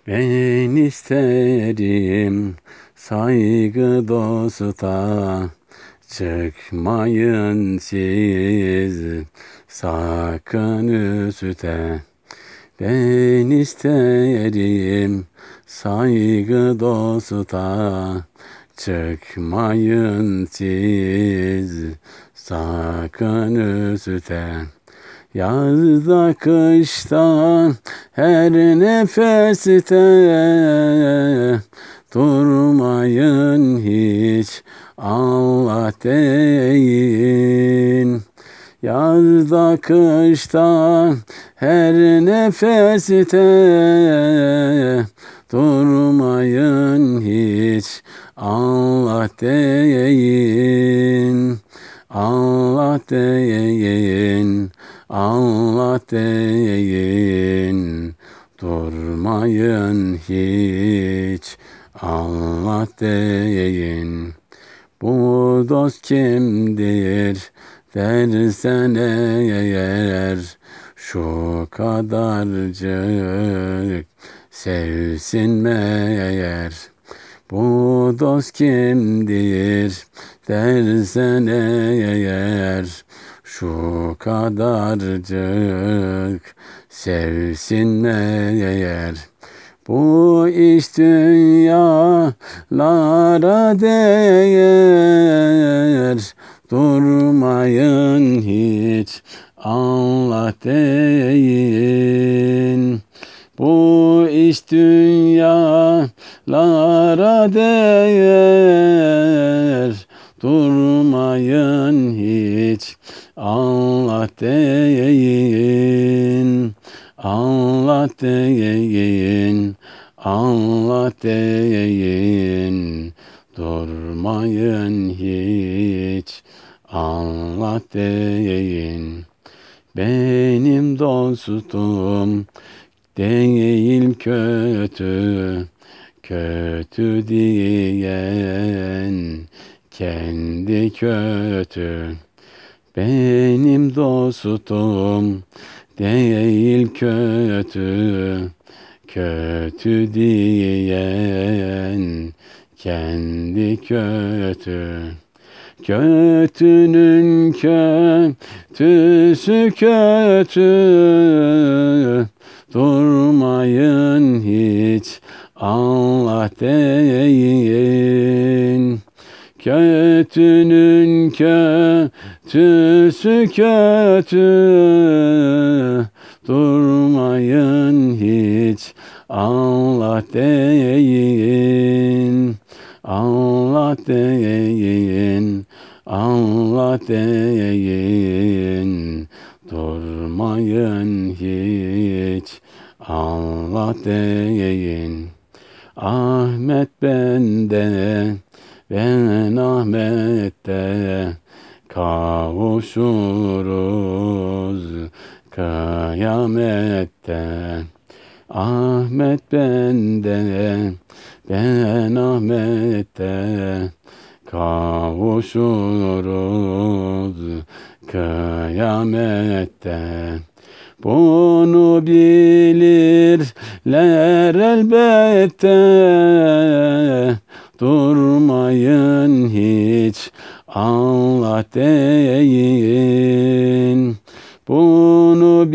Ben isterim saygı dosta, çıkmayın siz sakın üste. Ben isterim saygı dosta, çıkmayın siz sakın üste. Yazda kışta her nefeste durmayın hiç Allah deyin. Yazda kışta her nefeste durmayın hiç Allah deyin. Allah deyin, Allah deyin, durmayın hiç Allah deyin. Bu dost kimdir dersen eğer, şu kadarcık sevsin meğer. Bu dost kimdir dersen eğer, şu kadarcık sevsin meğer. Bu iş dünyalara değer, durmayın hiç Allah deyin. Bu iş dünyalara değer, durmayın hiç Allah deyin. Allah deyin, Allah deyin, durmayın hiç Allah deyin. Benim dostum değil kötü, kötü diyen kendi kötü. Benim dostum değil kötü, kötü diyen kendi kötü. Kötünün kötüsü kötü, durmayın hiç Allah deyin. Kötünün kötüsü kötü, durmayın hiç Allah deyin. Allah deyin, Allah deyin, durmayın hiç Allah deyin. Ahmet bende, ben Ahmet'te, kavuşuruz kıyamette. Ahmet bende, ben Ahmet'te, kavuşuruz kıyamette. Bunu bilirler elbette, durmayın hiç Allah deyin. Bunu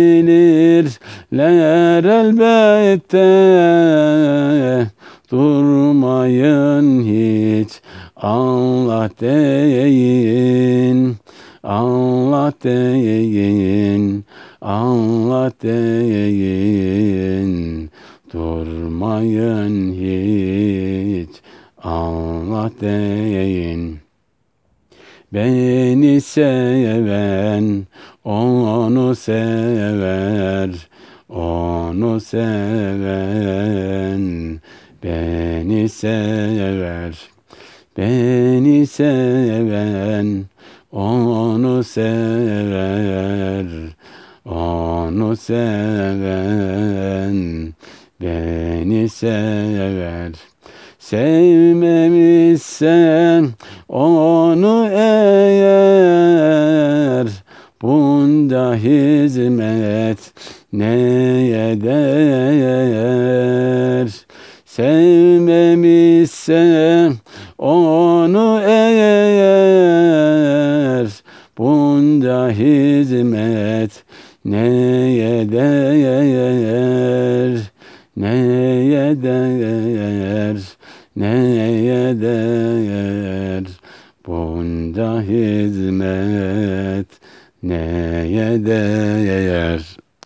bilirler elbette, durmayın hiç Allah deyin. Allah deyin, Allah deyin, durmayın hiç Allah deyin. Beni seven onu sever, onu seven beni sever. Beni seven onu sever, onu seven beni sever. Sevmemişsen onu eğer, bunda hizmet neye değer? Sevmemişsem onu eğer, bunca hizmet neye değer? Neye değer? Neye değer? Bunca hizmet neye değer?